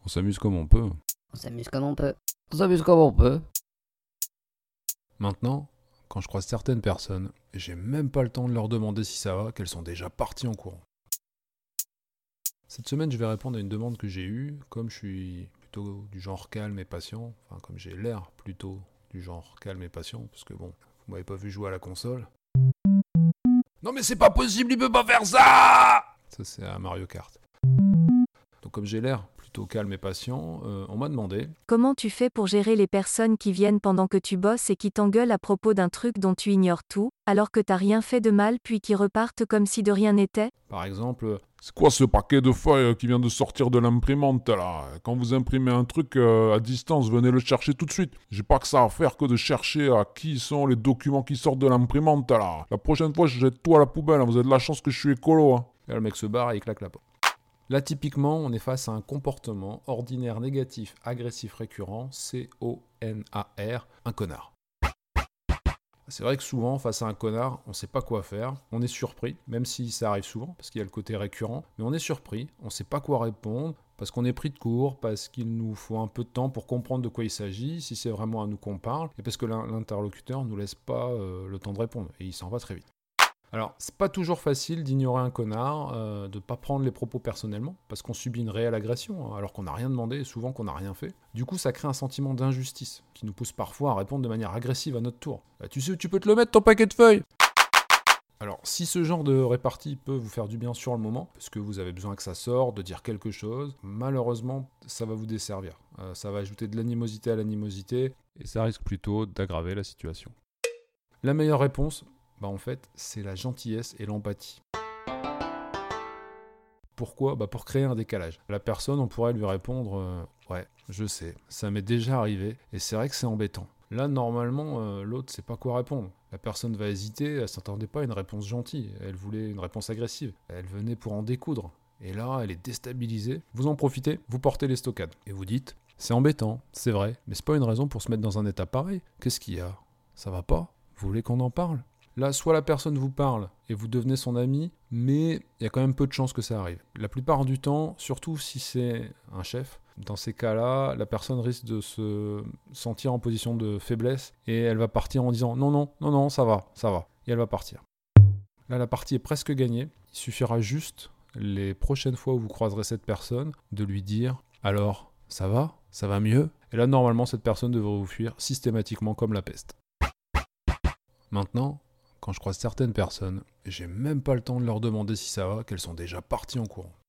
s'amuse comme on peut. On s'amuse comme on peut. On s'amuse comme on peut. Maintenant, quand je croise certaines personnes, j'ai même pas le temps de leur demander si ça va, qu'elles sont déjà parties en courant. Cette semaine, je vais répondre à une demande que j'ai eue, comme je suis plutôt du genre calme et patient, enfin comme j'ai l'air plutôt du genre calme et patient, parce que bon, vous m'avez pas vu jouer à la console. Non mais c'est pas possible, il peut pas faire ça! Ça c'est à Mario Kart. Donc comme j'ai l'air plutôt calme et patient, on m'a demandé... Comment tu fais pour gérer les personnes qui viennent pendant que tu bosses et qui t'engueulent à propos d'un truc dont tu ignores tout, alors que t'as rien fait de mal puis qui repartent comme si de rien n'était? Par exemple, C'est quoi ce paquet de feuilles qui vient de sortir de l'imprimante là? Quand vous imprimez un truc à distance, venez le chercher tout de suite. J'ai pas que ça à faire que de chercher à qui sont les documents qui sortent de l'imprimante là. La prochaine fois, je jette tout à la poubelle, hein. Vous avez de la chance que je suis écolo. Hein. là, le mec se barre et il claque la porte. Là, typiquement, on est face à un comportement ordinaire négatif agressif récurrent, C-O-N-A-R, un connard. C'est vrai que souvent, face à un connard, on sait pas quoi faire, on est surpris, même si ça arrive souvent, parce qu'il y a le côté récurrent, mais on est surpris, on sait pas quoi répondre, parce qu'on est pris de court, parce qu'il nous faut un peu de temps pour comprendre de quoi il s'agit, si c'est vraiment à nous qu'on parle, et parce que l'interlocuteur nous laisse pas le temps de répondre, et il s'en va très vite. Alors, c'est pas toujours facile d'ignorer un connard, de pas prendre les propos personnellement, parce qu'on subit une réelle agression, hein, alors qu'on n'a rien demandé et souvent qu'on n'a rien fait. Du coup, ça crée un sentiment d'injustice, qui nous pousse parfois à répondre de manière agressive à notre tour. Tu sais où tu peux te le mettre ton paquet de feuilles? Alors, si ce genre de répartie peut vous faire du bien sur le moment, parce que vous avez besoin que ça sorte, de dire quelque chose, malheureusement, ça va vous desservir. Ça va ajouter de l'animosité à l'animosité, et ça risque plutôt d'aggraver la situation. La meilleure réponse, en fait, c'est la gentillesse et l'empathie. Pourquoi ? Pour créer un décalage. La personne, on pourrait lui répondre ouais, je sais, ça m'est déjà arrivé, et c'est vrai que c'est embêtant. Là, normalement, l'autre sait pas quoi répondre. La personne va hésiter, elle s'attendait pas à une réponse gentille, elle voulait une réponse agressive. Elle venait pour en découdre. Et là, elle est déstabilisée. Vous en profitez, vous portez les stockades. Et vous dites, c'est embêtant, c'est vrai, mais c'est pas une raison pour se mettre dans un état pareil. Qu'est-ce qu'il y a ? Ça va pas ? Vous voulez qu'on en parle ? Là, soit la personne vous parle et vous devenez son ami, mais il y a quand même peu de chances que ça arrive. La plupart du temps, surtout si c'est un chef, dans ces cas-là, la personne risque de se sentir en position de faiblesse et elle va partir en disant non, ça va. Et elle va partir. Là, la partie est presque gagnée. Il suffira juste, les prochaines fois où vous croiserez cette personne, de lui dire « Alors, ça va ? Ça va mieux ?» Et là, normalement, cette personne devrait vous fuir systématiquement comme la peste. Maintenant, quand je croise certaines personnes, j'ai même pas le temps de leur demander si ça va, qu'elles sont déjà parties en courant.